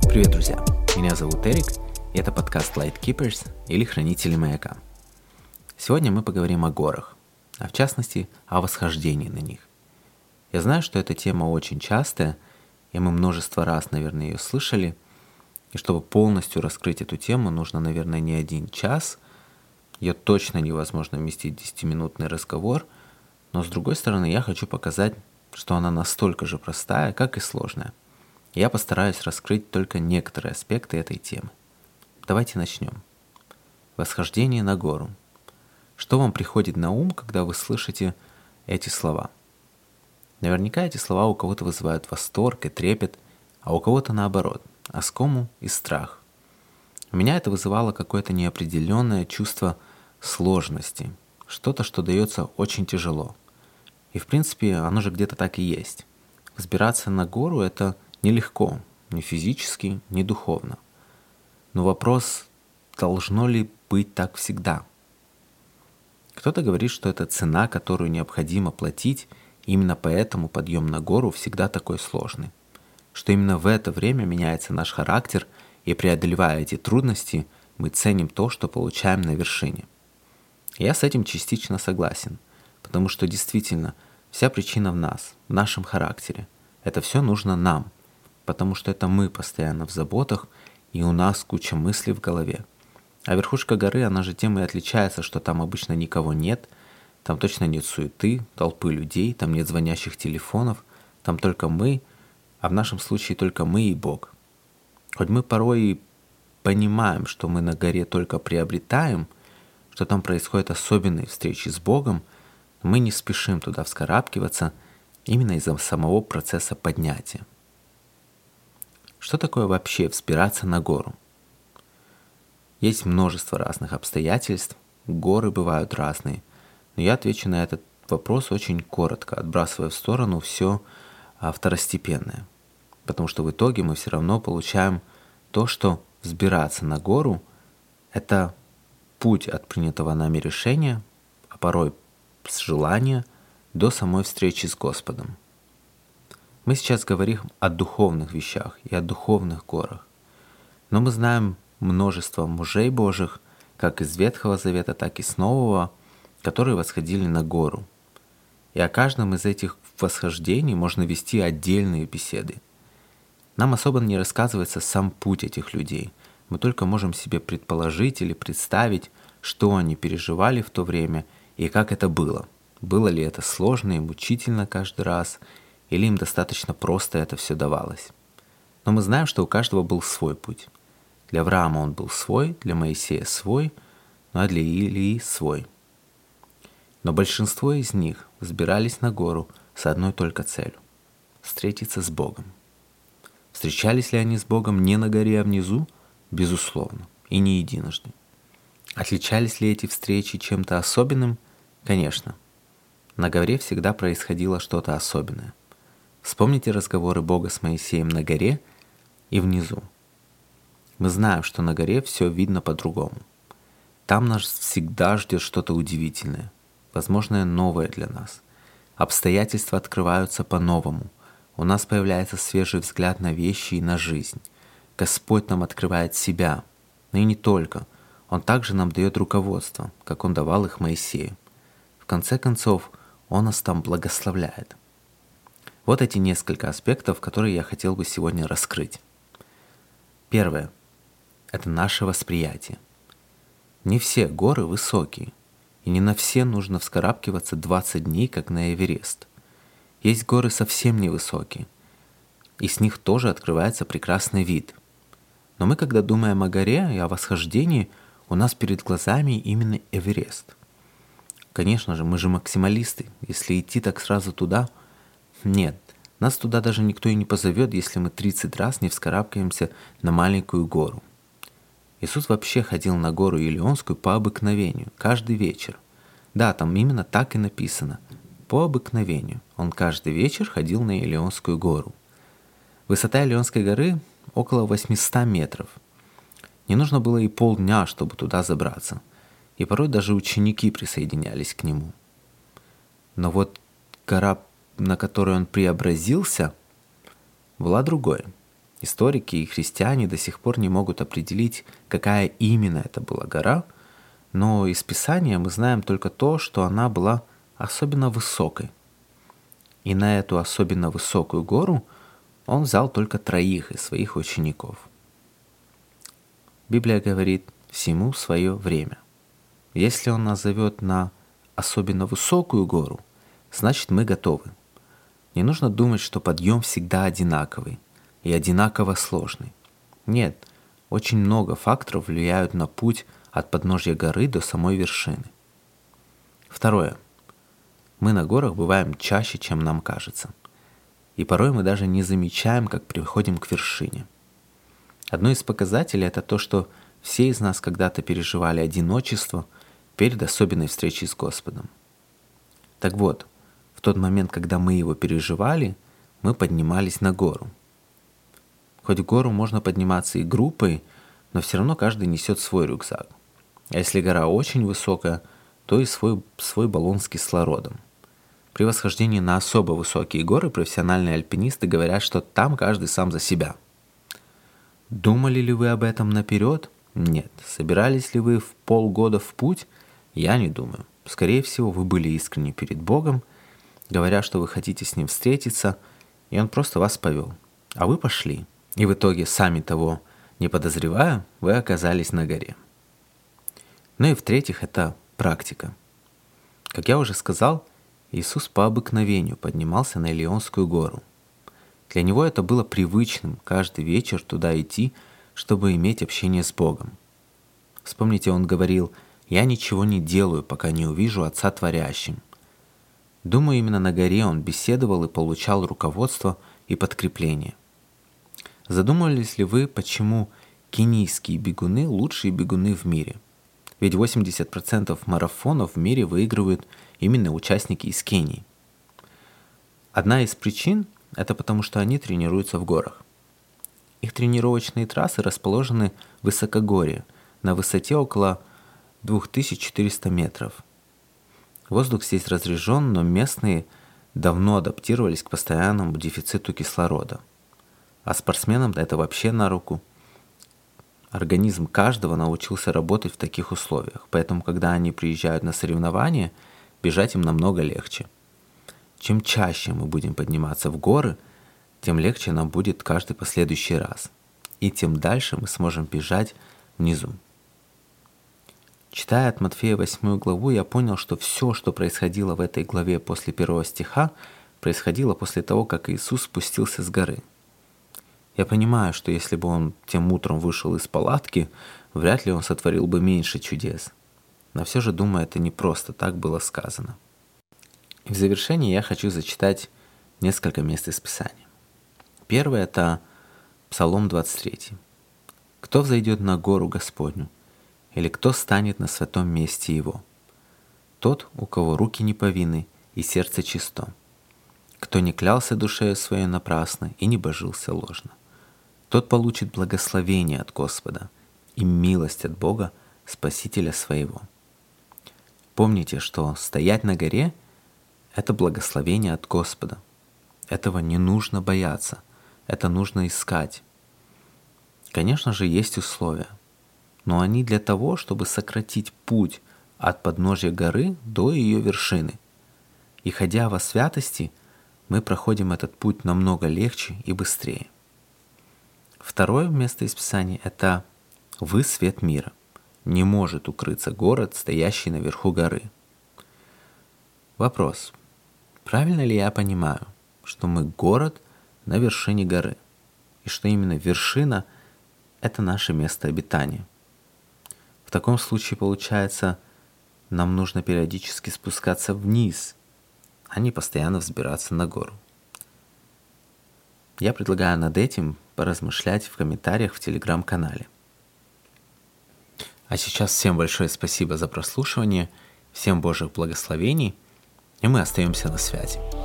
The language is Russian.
Привет, друзья! Меня зовут Эрик, и это подкаст Lightkeepers или Хранители Маяка. Сегодня мы поговорим о горах, а в частности о восхождении на них. Я знаю, что эта тема очень частая, и мы множество раз, наверное, ее слышали, и чтобы полностью раскрыть эту тему, нужно, наверное, не 1 час, ее точно невозможно вместить в 10-минутный разговор, но с другой стороны, я хочу показать, что она настолько же простая, как и сложная. Я постараюсь раскрыть только некоторые аспекты этой темы. Давайте начнем. Восхождение на гору. Что вам приходит на ум, когда вы слышите эти слова? Наверняка эти слова у кого-то вызывают восторг и трепет, а у кого-то наоборот, оскому и страх. У меня это вызывало какое-то неопределенное чувство сложности, что-то, что дается очень тяжело. И в принципе, оно же где-то так и есть. Взбираться на гору – это нелегко, ни физически, ни духовно. Но вопрос, должно ли быть так всегда? Кто-то говорит, что это цена, которую необходимо платить, и именно поэтому подъем на гору всегда такой сложный. Что именно в это время меняется наш характер, и преодолевая эти трудности, мы ценим то, что получаем на вершине. Я с этим частично согласен, потому что действительно вся причина в нас, в нашем характере. Это все нужно нам, потому что это мы постоянно в заботах, и у нас куча мыслей в голове. А верхушка горы, она же тем и отличается, что там обычно никого нет, там точно нет суеты, толпы людей, там нет звонящих телефонов, там только мы, а в нашем случае только мы и Бог. Хоть мы порой и понимаем, что мы на горе только приобретаем, что там происходят особенные встречи с Богом, мы не спешим туда вскарабкиваться именно из-за самого процесса поднятия. Что такое вообще взбираться на гору? Есть множество разных обстоятельств, горы бывают разные, но я отвечу на этот вопрос очень коротко, отбрасывая в сторону все второстепенное. Потому что в итоге мы все равно получаем то, что взбираться на гору – это путь от принятого нами решения, а порой с желания, до самой встречи с Господом. Мы сейчас говорим о духовных вещах и о духовных горах. Но мы знаем множество мужей Божьих, как из Ветхого Завета, так и с Нового, которые восходили на гору. И о каждом из этих восхождений можно вести отдельные беседы. Нам особо не рассказывается сам путь этих людей. Мы только можем себе предположить или представить, что они переживали в то время и как это было. Было ли это сложно и мучительно каждый раз, или им достаточно просто это все давалось. Но мы знаем, что у каждого был свой путь. Для Авраама он был свой, для Моисея свой, ну а для Илии свой. Но большинство из них взбирались на гору с одной только целью – встретиться с Богом. Встречались ли они с Богом не на горе, а внизу? Безусловно, и не единожды. Отличались ли эти встречи чем-то особенным? Конечно. На горе всегда происходило что-то особенное. Вспомните разговоры Бога с Моисеем на горе и внизу. Мы знаем, что на горе все видно по-другому. Там нас всегда ждет что-то удивительное, возможно, новое для нас. Обстоятельства открываются по-новому. У нас появляется свежий взгляд на вещи и на жизнь. Господь нам открывает себя, но и не только. Он также нам дает руководство, как Он давал их Моисею. В конце концов, Он нас там благословляет. Вот эти несколько аспектов, которые я хотел бы сегодня раскрыть. Первое – это наше восприятие. Не все горы высокие, и не на все нужно вскарабкиваться 20 дней, как на Эверест. Есть горы совсем невысокие, и с них тоже открывается прекрасный вид. Но мы, когда думаем о горе и о восхождении, у нас перед глазами именно Эверест. Конечно же, мы же максималисты. Если идти так сразу туда, нет, нас туда даже никто и не позовет, если мы 30 раз не вскарабкаемся на маленькую гору. Иисус вообще ходил на гору Елеонскую по обыкновению, каждый вечер. Да, там именно так и написано. По обыкновению. Он каждый вечер ходил на Елеонскую гору. Высота Елеонской горы около 800 метров. Не нужно было и полдня, чтобы туда забраться. И порой даже ученики присоединялись к нему. Но вот гора, на которой он преобразился, была другой. Историки и христиане до сих пор не могут определить, какая именно это была гора, но из Писания мы знаем только то, что она была особенно высокой. И на эту особенно высокую гору он взял только 3 из своих учеников. Библия говорит: всему свое время. Если он нас зовет на особенно высокую гору, значит мы готовы. Не нужно думать, что подъем всегда одинаковый и одинаково сложный. Нет, очень много факторов влияют на путь от подножья горы до самой вершины. Второе. Мы на горах бываем чаще, чем нам кажется. И порой мы даже не замечаем, как приходим к вершине. Одно из показателей – это то, что все из нас когда-то переживали одиночество перед особенной встречей с Господом. Так вот, в тот момент, когда мы его переживали, мы поднимались на гору. Хоть в гору можно подниматься и группой, но все равно каждый несет свой рюкзак. А если гора очень высокая, то и свой баллон с кислородом. При восхождении на особо высокие горы профессиональные альпинисты говорят, что там каждый сам за себя. Думали ли вы об этом наперед? Нет. Собирались ли вы в полгода в путь? Я не думаю. Скорее всего, вы были искренни перед Богом, говоря, что вы хотите с Ним встретиться, и Он просто вас повел. А вы пошли. И в итоге, сами того не подозревая, вы оказались на горе. Ну и в-третьих, это практика. Как я уже сказал, Иисус по обыкновению поднимался на Илионскую гору. Для Него это было привычным каждый вечер туда идти, чтобы иметь общение с Богом. Вспомните, Он говорил: «Я ничего не делаю, пока не увижу Отца Творящим». Думаю, именно на горе Он беседовал и получал руководство и подкрепление. Задумывались ли вы, почему кенийские бегуны – лучшие бегуны в мире? Ведь 80% марафонов в мире выигрывают именно участники из Кении. Одна из причин – это потому, что они тренируются в горах. Их тренировочные трассы расположены в высокогорье, на высоте около 2400 метров. Воздух здесь разрежен, но местные давно адаптировались к постоянному дефициту кислорода. А спортсменам это вообще на руку. Организм каждого научился работать в таких условиях, поэтому, когда они приезжают на соревнования, бежать им намного легче. Чем чаще мы будем подниматься в горы, тем легче нам будет каждый последующий раз. И тем дальше мы сможем бежать внизу. Читая от Матфея 8 главу, я понял, что все, что происходило в этой главе после 1 стиха, происходило после того, как Иисус спустился с горы. Я понимаю, что если бы он тем утром вышел из палатки, вряд ли он сотворил бы меньше чудес. Но все же, думаю, это не просто так было сказано. И в завершение я хочу зачитать несколько мест из Писания. Первое – это Псалом 23. «Кто взойдет на гору Господню? Или кто станет на святом месте Его? Тот, у кого руки не повинны и сердце чисто, кто не клялся душею своей напрасно и не божился ложно. Тот получит благословение от Господа и милость от Бога, Спасителя своего». Помните, что стоять на горе – это благословение от Господа. Этого не нужно бояться, это нужно искать. Конечно же, есть условия, но они для того, чтобы сократить путь от подножья горы до ее вершины. И ходя во святости, мы проходим этот путь намного легче и быстрее. Второе место из Писания – это «Вы свет мира. Не может укрыться город, стоящий наверху горы». Вопрос. Правильно ли я понимаю, что мы город на вершине горы, и что именно вершина – это наше место обитания? В таком случае, получается, нам нужно периодически спускаться вниз, а не постоянно взбираться на гору. Я предлагаю над этим поразмышлять в комментариях в Телеграм-канале. А сейчас всем большое спасибо за прослушивание, всем Божьих благословений, и мы остаемся на связи.